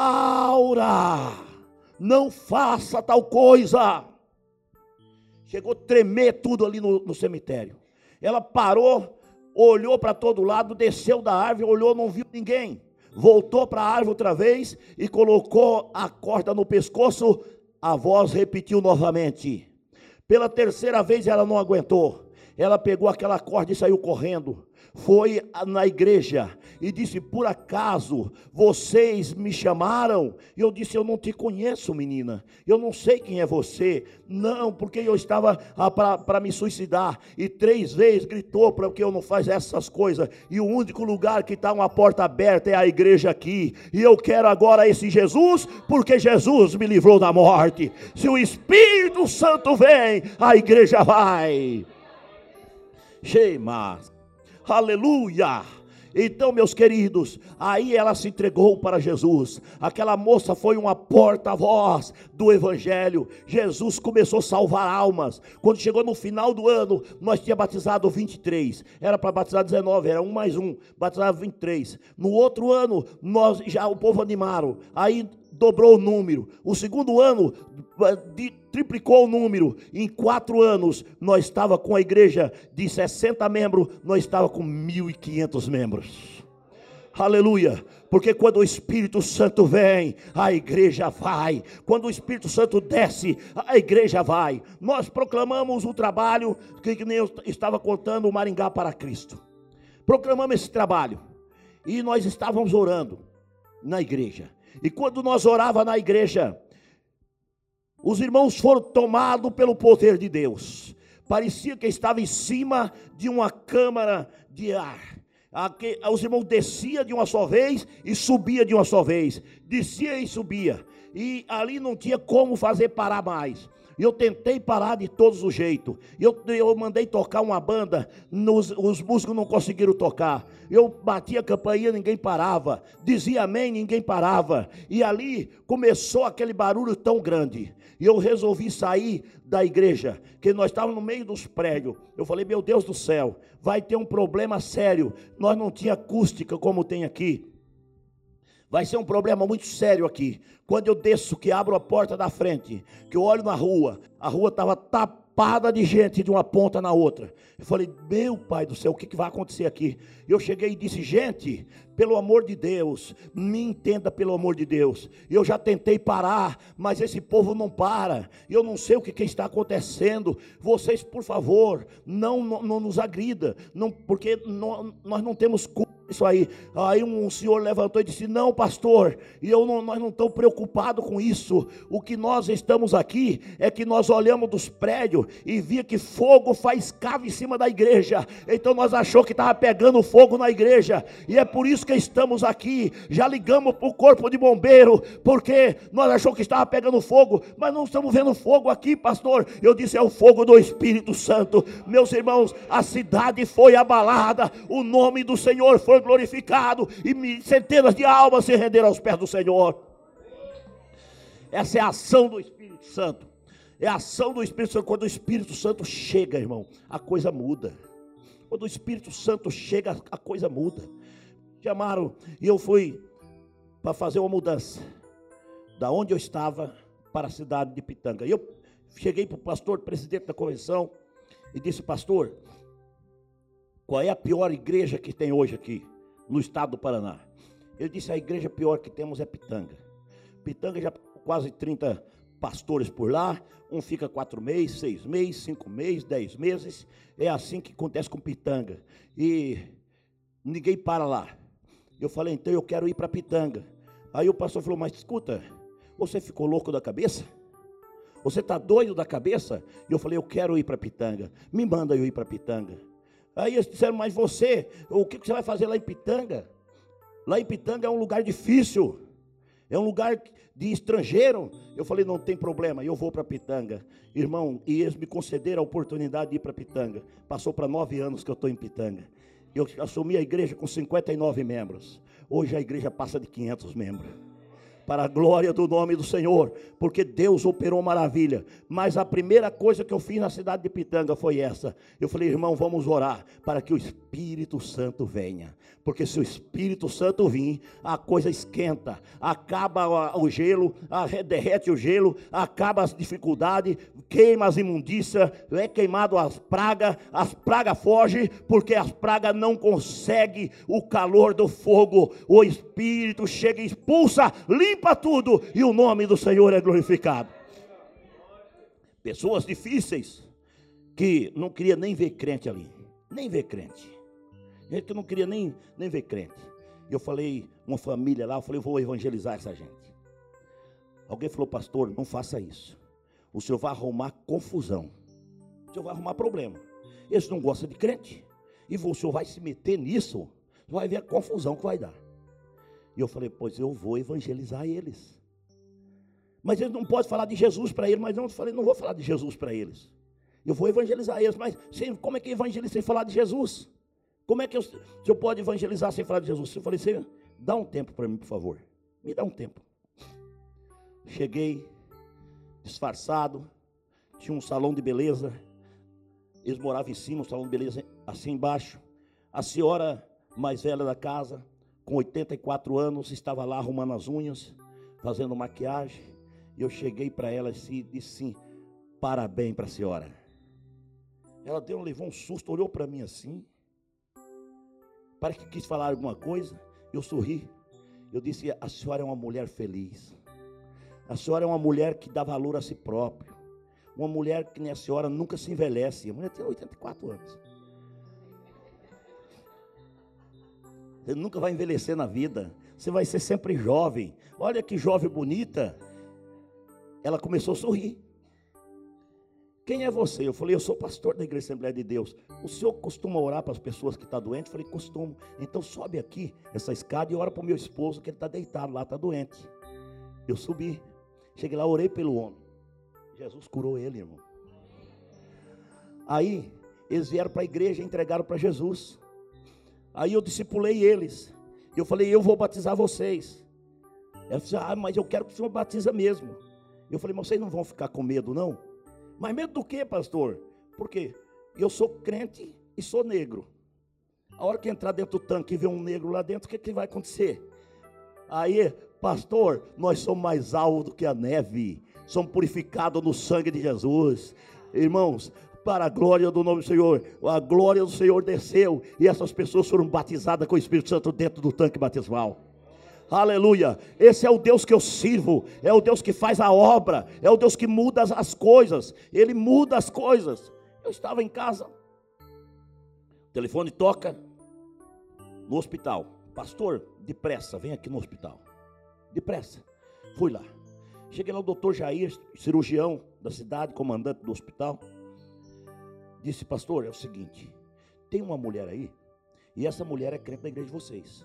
Laura, não faça tal coisa. Chegou a tremer tudo ali no cemitério. Ela parou, olhou para todo lado, desceu da árvore, olhou, não viu ninguém. Voltou para a árvore outra vez e colocou a corda no pescoço. A voz repetiu novamente. Pela terceira vez ela não aguentou. Ela pegou aquela corda e saiu correndo. Foi na igreja e disse: por acaso vocês me chamaram? E eu disse: eu não te conheço, menina, eu não sei quem é você. Não, porque eu estava para me suicidar. E 3 vezes gritou para que eu não faça essas coisas. E o único lugar que está uma porta aberta é a igreja aqui. E eu quero agora esse Jesus, porque Jesus me livrou da morte. Se o Espírito Santo vem, a igreja vai. Shema. Aleluia! Então, meus queridos, aí ela se entregou para Jesus. Aquela moça foi uma porta-voz do Evangelho. Jesus começou a salvar almas. Quando chegou no final do ano, nós tínhamos batizado 23. Era para batizar 19, era 1 mais 1, batizava 23. No outro ano, o povo animaram. Aí dobrou o número. O segundo ano triplicou o número. Em 4 anos nós estava com a igreja de 60 membros, nós estava com 1.500 membros. Aleluia. Porque quando o Espírito Santo vem, a igreja vai. Quando o Espírito Santo desce, a igreja vai. Nós proclamamos o trabalho que nem eu estava contando, o Maringá para Cristo. Proclamamos esse trabalho. E nós estávamos orando na igreja. E quando nós orávamos na igreja, os irmãos foram tomados pelo poder de Deus. Parecia que estava em cima de uma câmara de ar. Os irmãos desciam de uma só vez e subia de uma só vez. Descia e subia. E ali não tinha como fazer parar mais. Eu tentei parar de todos os jeitos. Eu mandei tocar uma banda, os músicos não conseguiram tocar. Eu batia a campainha, ninguém parava. Dizia amém, ninguém parava. E ali começou aquele barulho tão grande. E eu resolvi sair da igreja, que nós estávamos no meio dos prédios. Eu falei, meu Deus do céu, vai ter um problema sério. Nós não tínhamos acústica como tem aqui. Vai ser um problema muito sério aqui. Quando eu desço, que abro a porta da frente, que eu olho na rua, a rua estava tapada de gente de uma ponta na outra. Eu falei, meu pai do céu, o que vai acontecer aqui? Eu cheguei e disse, gente, pelo amor de Deus, me entenda pelo amor de Deus. Eu já tentei parar, mas esse povo não para. Eu não sei o que está acontecendo. Vocês, por favor, não nos agrida, porque nós não temos culpa. Isso aí um senhor levantou e disse, não pastor, nós não estamos preocupados com isso. O que nós estamos aqui é que nós olhamos dos prédios e via que fogo faz cava em cima da igreja. Então nós achamos que estava pegando fogo na igreja, e é por isso que estamos aqui. Já ligamos para o corpo de bombeiro, porque nós achamos que estava pegando fogo, mas não estamos vendo fogo aqui, pastor. Eu disse, é o fogo do Espírito Santo. Meus irmãos, a cidade foi abalada, o nome do Senhor foi glorificado, e centenas de almas se renderam aos pés do Senhor. Essa é a ação do Espírito Santo. É a ação do Espírito Santo. Quando o Espírito Santo chega, irmão, a coisa muda. Quando o Espírito Santo chega, a coisa muda. Chamaram e eu fui para fazer uma mudança da onde eu estava para a cidade de Pitanga. E eu cheguei para o pastor, presidente da convenção, e disse, pastor, qual é a pior igreja que tem hoje aqui no estado do Paraná? Ele disse, a igreja pior que temos é Pitanga. Pitanga já quase 30 pastores por lá, um fica 4 meses, 6 meses, 5 meses, 10 meses, é assim que acontece com Pitanga, e ninguém para lá. Eu falei, então eu quero ir para Pitanga. Aí o pastor falou, mas escuta, você ficou louco da cabeça? Você está doido da cabeça? E eu falei, eu quero ir para Pitanga, me manda eu ir para Pitanga. Aí eles disseram, mas você, o que você vai fazer lá em Pitanga? Lá em Pitanga é um lugar difícil, é um lugar de estrangeiro. Eu falei, não tem problema, eu vou para Pitanga. Irmão, e eles me concederam a oportunidade de ir para Pitanga. Passou para 9 anos que eu estou em Pitanga. Eu assumi a igreja com 59 membros. Hoje a igreja passa de 500 membros. Para a glória do nome do Senhor, porque Deus operou maravilha. Mas a primeira coisa que eu fiz na cidade de Pitanga foi essa. Eu falei, irmão, vamos orar para que o Espírito Santo venha. Porque se o Espírito Santo vir, a coisa esquenta, acaba o gelo, derrete o gelo, acaba as dificuldades, queima as imundícias, é queimado as pragas fogem, porque as pragas não conseguem o calor do fogo. O Espírito chega e expulsa, limpa tudo, e o nome do Senhor é glorificado. Pessoas difíceis, que não queria nem ver crente ali, nem ver crente. Gente que não queria nem ver crente. Eu falei, uma família lá, eu falei, eu vou evangelizar essa gente. Alguém falou, pastor, não faça isso. O senhor vai arrumar confusão. O senhor vai arrumar problema. Eles não gostam de crente. E o senhor vai se meter nisso, vai ver a confusão que vai dar. E eu falei, pois eu vou evangelizar eles. Mas eles não podem falar de Jesus para eles. Mas eu falei, não vou falar de Jesus para eles. Eu vou evangelizar eles. Mas como é que evangeliza sem falar de Jesus? Como é que o senhor pode evangelizar sem falar de Jesus? Eu falei, Senhor, dá um tempo para mim, por favor. Me dá um tempo. Cheguei, disfarçado, tinha um salão de beleza. Eles moravam em cima, um salão de beleza assim embaixo. A senhora mais velha da casa, com 84 anos, estava lá arrumando as unhas, fazendo maquiagem. E eu cheguei para ela e disse assim, parabéns para a senhora. Ela levou um susto, olhou para mim assim. Parece que quis falar alguma coisa. Eu sorri. Eu disse: a senhora é uma mulher feliz. A senhora é uma mulher que dá valor a si própria. Uma mulher que nem a senhora nunca se envelhece. A mulher tem 84 anos. Você nunca vai envelhecer na vida. Você vai ser sempre jovem. Olha que jovem bonita. Ela começou a sorrir. Quem é você? Eu falei: eu sou pastor da Igreja Assembleia de Deus. O senhor costuma orar para as pessoas que estão doentes? Eu falei: costumo. Então sobe aqui essa escada e ora para o meu esposo, que ele está deitado lá, está doente. Eu subi. Cheguei lá, orei pelo homem. Jesus curou ele, irmão. Aí eles vieram para a igreja e entregaram para Jesus. Aí eu discipulei eles. Eu falei: eu vou batizar vocês. Ela disse: ah, mas eu quero que o senhor batiza mesmo. Eu falei: mas vocês não vão ficar com medo, não? Mas medo do quê, pastor? Porque eu sou crente e sou negro. A hora que entrar dentro do tanque e ver um negro lá dentro, o que vai acontecer? Aí, pastor, nós somos mais alvos do que a neve. Somos purificados no sangue de Jesus. Irmãos, para a glória do nome do Senhor, a glória do Senhor desceu e essas pessoas foram batizadas com o Espírito Santo dentro do tanque batismal. Aleluia. Esse é o Deus que eu sirvo. É o Deus que faz a obra. É o Deus que muda as coisas. Ele muda as coisas. Eu estava em casa, o telefone toca no hospital. Pastor, depressa, vem aqui no hospital. Depressa. Fui lá. Cheguei lá, o doutor Jair, cirurgião da cidade, comandante do hospital. Disse: pastor, é o seguinte, tem uma mulher aí, e essa mulher é crente da igreja de vocês.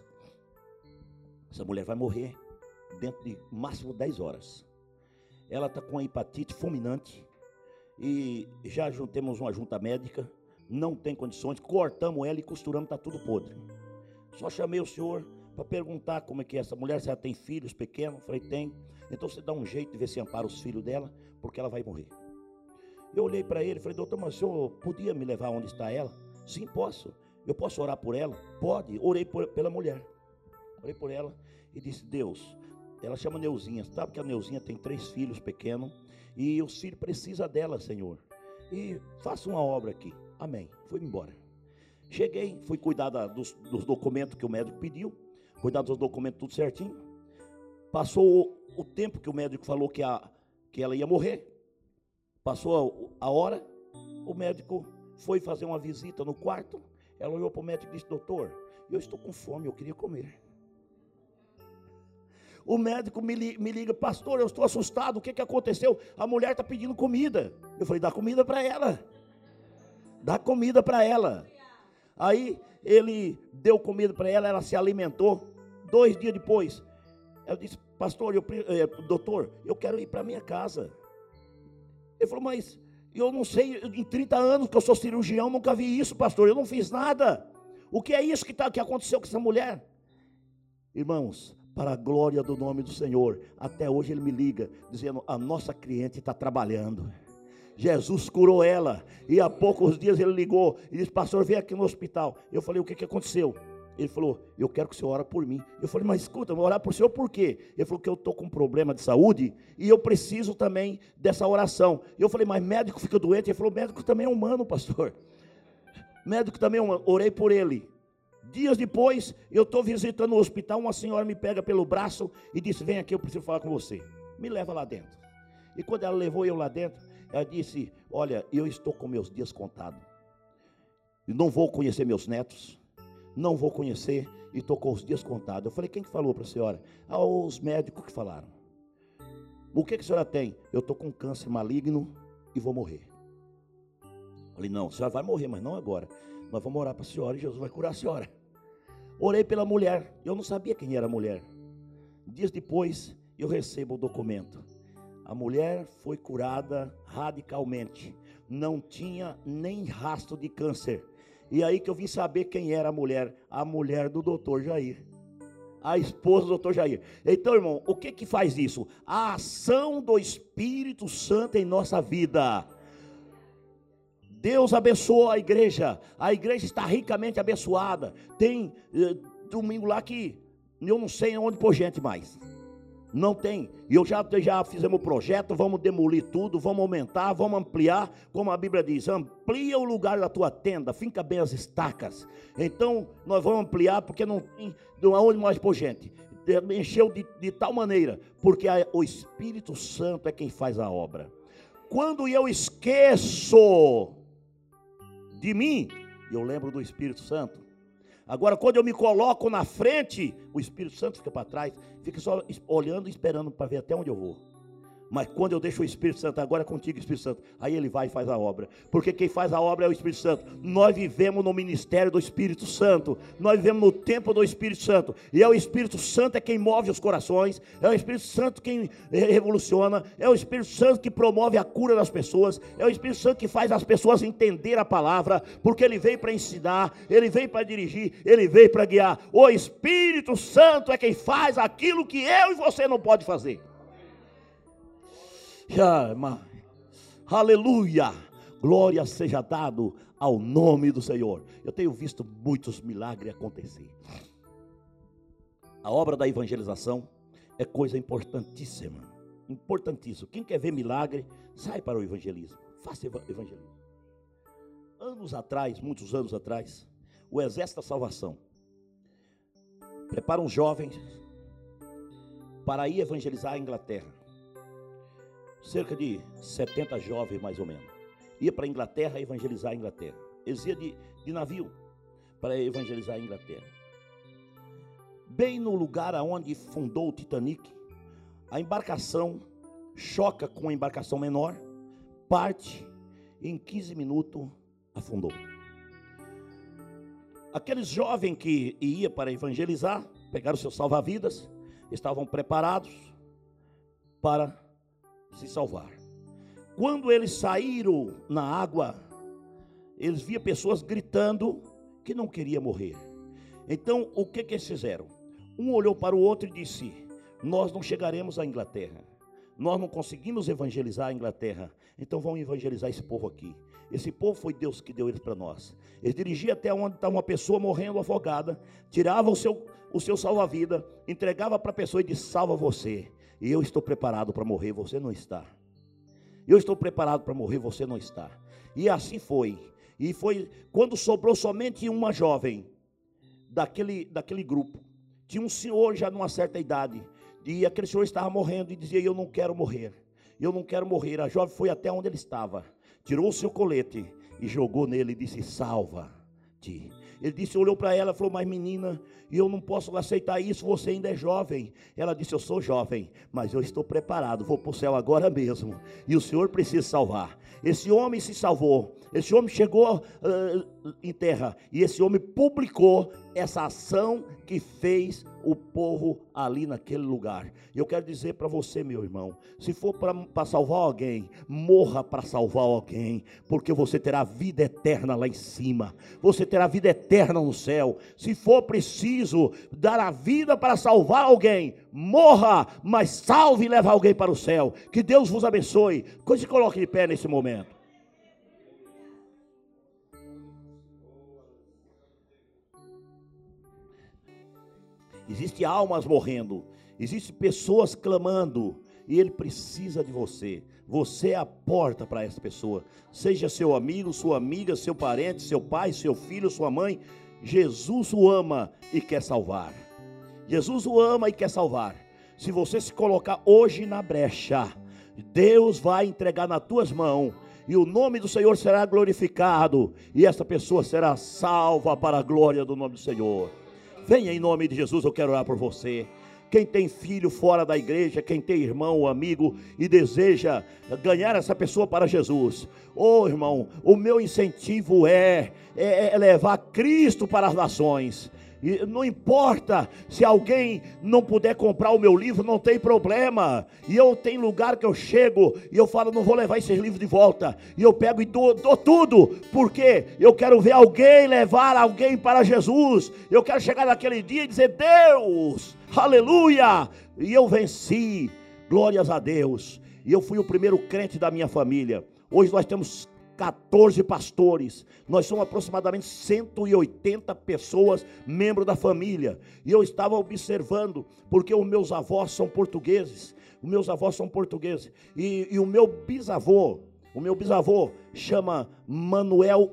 Essa mulher vai morrer dentro de máximo 10 horas. Ela está com a hepatite fulminante, e já juntamos uma junta médica, não tem condições, cortamos ela e costuramos, está tudo podre. Só chamei o senhor para perguntar como é que é essa mulher, se ela tem filhos pequenos. Falei: tem. Então você dá um jeito de ver se ampara os filhos dela, porque ela vai morrer. Eu olhei para ele e falei: doutor, mas o senhor podia me levar onde está ela? Sim, posso. Eu posso orar por ela? Pode. Orei pela mulher. Orei por ela e disse: Deus, ela chama Neuzinha, sabe que a Neuzinha tem 3 filhos pequenos e os filhos precisam dela, Senhor. E faça uma obra aqui. Amém. Fui embora. Cheguei, fui cuidar dos documentos que o médico pediu, cuidar dos documentos tudo certinho. Passou o tempo que o médico falou que ela ia morrer. Passou a hora, o médico foi fazer uma visita no quarto. Ela olhou para o médico e disse: doutor, eu estou com fome, eu queria comer. O médico me liga: pastor, eu estou assustado, o que aconteceu? A mulher está pedindo comida. Eu falei: dá comida para ela. Dá comida para ela. Aí ele deu comida para ela, ela se alimentou. 2 dias depois, ela disse: pastor, doutor, eu quero ir para minha casa. Ele falou: mas eu não sei, em 30 anos que eu sou cirurgião, nunca vi isso, pastor, eu não fiz nada. O que é isso que aconteceu com essa mulher? Irmãos, para a glória do nome do Senhor, até hoje ele me liga, dizendo: a nossa cliente está trabalhando. Jesus curou ela, e há poucos dias ele ligou e disse: pastor, vem aqui no hospital. Eu falei: o que aconteceu? Ele falou: eu quero que o senhor ore por mim. Eu falei: mas escuta, eu vou orar por o senhor por quê? Ele falou: que eu estou com um problema de saúde e eu preciso também dessa oração. Eu falei: mas médico fica doente? Ele falou: médico também é humano, pastor. Médico também é humano. Orei por ele. Dias depois, eu estou visitando o hospital, uma senhora me pega pelo braço e disse: vem aqui, eu preciso falar com você. Me leva lá dentro. E quando ela levou eu lá dentro, ela disse: olha, eu estou com meus dias contados. Eu não vou conhecer meus netos. Não vou conhecer e estou com os dias contados. Eu falei: quem que falou para a senhora? Os médicos que falaram. O que a senhora tem? Eu estou com câncer maligno e vou morrer. Eu falei: não, a senhora vai morrer, mas não agora. Nós vamos orar para a senhora e Jesus vai curar a senhora. Orei pela mulher. Eu não sabia quem era a mulher. Dias depois, eu recebo o documento. A mulher foi curada radicalmente. Não tinha nem rastro de câncer. E aí que eu vim saber quem era a mulher do doutor Jair, a esposa do doutor Jair. Então, irmão, o que faz isso? A ação do Espírito Santo em nossa vida. Deus abençoou a igreja está ricamente abençoada. Tem domingo lá que eu não sei onde pôr gente mais. Não tem. E eu já fizemos o projeto, vamos demolir tudo, vamos aumentar, vamos ampliar, como a Bíblia diz: amplia o lugar da tua tenda, finca bem as estacas. Então, nós vamos ampliar, porque não tem onde mais pôr gente. me encheu de tal maneira, porque o Espírito Santo é quem faz a obra. Quando eu esqueço de mim, eu lembro do Espírito Santo. Agora, quando eu me coloco na frente, o Espírito Santo fica para trás, fica só olhando e esperando para ver até onde eu vou. Mas quando eu deixo o Espírito Santo, agora é contigo, Espírito Santo, aí ele vai e faz a obra, porque quem faz a obra é o Espírito Santo. Nós vivemos no ministério do Espírito Santo, nós vivemos no tempo do Espírito Santo, e é o Espírito Santo é quem move os corações, é o Espírito Santo quem revoluciona, é o Espírito Santo que promove a cura das pessoas, é o Espírito Santo que faz as pessoas entender a palavra, porque ele veio para ensinar, ele veio para dirigir, ele veio para guiar. O Espírito Santo é quem faz aquilo que eu e você não pode fazer. Aleluia, glória seja dado ao nome do Senhor. Eu tenho visto muitos milagres acontecer. A obra da evangelização é coisa importantíssima, importantíssima. Quem quer ver milagre, sai para o evangelismo, faça evangelismo. Anos atrás, muitos anos atrás, o Exército da Salvação prepara uns jovens para ir evangelizar a Inglaterra. Cerca de 70 jovens, mais ou menos. Ia para a Inglaterra evangelizar a Inglaterra. Eles iam de navio para evangelizar a Inglaterra. Bem no lugar onde fundou o Titanic, a embarcação choca com a embarcação menor, parte e em 15 minutos afundou. Aqueles jovens que iam para evangelizar, pegaram seus salva-vidas, estavam preparados para se salvar. Quando eles saíram na água, eles viam pessoas gritando que não queria morrer. Então, o que eles fizeram? Um olhou para o outro e disse: nós não chegaremos à Inglaterra, nós não conseguimos evangelizar a Inglaterra, então vamos evangelizar esse povo aqui. Esse povo foi Deus que deu eles para nós. Eles dirigiam até onde estava uma pessoa morrendo afogada, tirava o seu salva-vida, entregava para a pessoa e disse: salva você. E eu estou preparado para morrer, você não está. Eu estou preparado para morrer, você não está. E assim foi. E foi quando sobrou somente uma jovem daquele grupo. Tinha um senhor já numa certa idade, e aquele senhor estava morrendo e dizia: eu não quero morrer, eu não quero morrer. A jovem foi até onde ele estava, tirou o seu colete e jogou nele e disse: salva-te. Ele disse, olhou para ela e falou: mas menina, eu não posso aceitar isso, você ainda é jovem. Ela disse: eu sou jovem, mas eu estou preparado, vou para o céu agora mesmo, e o Senhor precisa salvar. Esse homem se salvou, esse homem chegou em terra, e esse homem publicou essa ação que fez o povo ali naquele lugar. Eu quero dizer para você, meu irmão, se for para salvar alguém, morra para salvar alguém, porque você terá vida eterna lá em cima, você terá vida eterna no céu. Se for preciso dar a vida para salvar alguém, morra, mas salve e leve alguém para o céu. Que Deus vos abençoe. Se coloque de pé nesse momento. Existem almas morrendo, existem pessoas clamando, e Ele precisa de você. Você é a porta para essa pessoa. Seja seu amigo, sua amiga, seu parente, seu pai, seu filho, sua mãe. Jesus o ama e quer salvar. Jesus o ama e quer salvar. Se você se colocar hoje na brecha, Deus vai entregar nas tuas mãos, e o nome do Senhor será glorificado, e essa pessoa será salva para a glória do nome do Senhor. Venha em nome de Jesus, eu quero orar por você. Quem tem filho fora da igreja, quem tem irmão ou amigo e deseja ganhar essa pessoa para Jesus, irmão, o meu incentivo é levar Cristo para as nações. E não importa se alguém não puder comprar o meu livro, não tem problema. E eu tenho lugar que eu chego e eu falo: não vou levar esse livro de volta. E eu pego e dou tudo, porque eu quero ver alguém levar alguém para Jesus. Eu quero chegar naquele dia e dizer: Deus, aleluia, e eu venci, glórias a Deus. E eu fui o primeiro crente da minha família. Hoje nós temos 14 pastores, nós somos aproximadamente 180 pessoas, membros da família. E eu estava observando, porque os meus avós são portugueses, e o meu bisavô chamava Manuel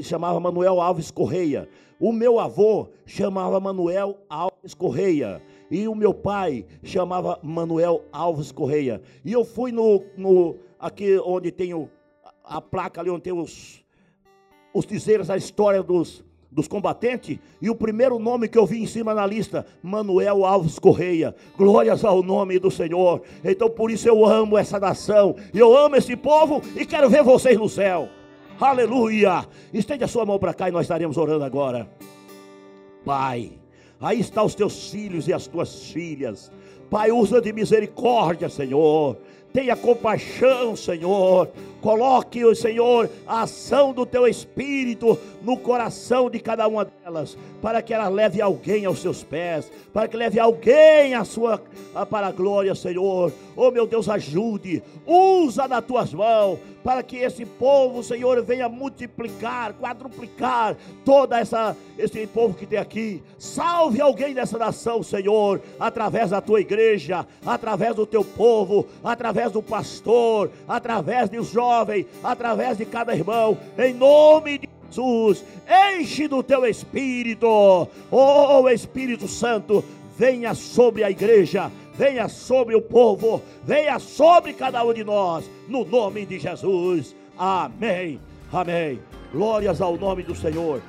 Alves Correia. O meu avô chamava Manuel Alves Correia. E o meu pai chamava Manuel Alves Correia. E eu fui aqui onde tem a placa ali, onde tem os dizeres, a história dos combatentes, e o primeiro nome que eu vi em cima na lista, Manuel Alves Correia. Glórias ao nome do Senhor. Então por isso eu amo essa nação, eu amo esse povo e quero ver vocês no céu. Aleluia. Estende a sua mão para cá e nós estaremos orando agora. Pai, aí estão os teus filhos e as tuas filhas. Pai, usa de misericórdia, Senhor. Tenha compaixão, Senhor. Coloque, Senhor, a ação do teu Espírito no coração de cada uma delas, para que ela leve alguém aos seus pés, para que leve alguém para a glória, Senhor. Oh, meu Deus, ajude, usa nas tuas mãos, para que esse povo, Senhor, venha multiplicar, quadruplicar esse povo que tem aqui. Salve alguém dessa nação, Senhor, através da tua igreja, através do teu povo, através do pastor, através dos jovens, através de cada irmão, em nome de Jesus. Enche do teu Espírito, oh Espírito Santo, venha sobre a igreja, venha sobre o povo, venha sobre cada um de nós, no nome de Jesus. Amém, amém. Glórias ao nome do Senhor.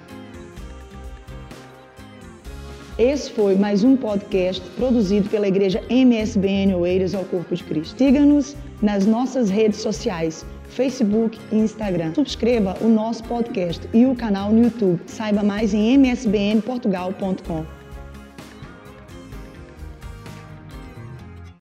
Esse foi mais um podcast produzido pela Igreja MSBN Oeiras ao Corpo de Cristo. Siga-nos nas nossas redes sociais, Facebook e Instagram. Subscreva o nosso podcast e o canal no YouTube. Saiba mais em msbnportugal.com.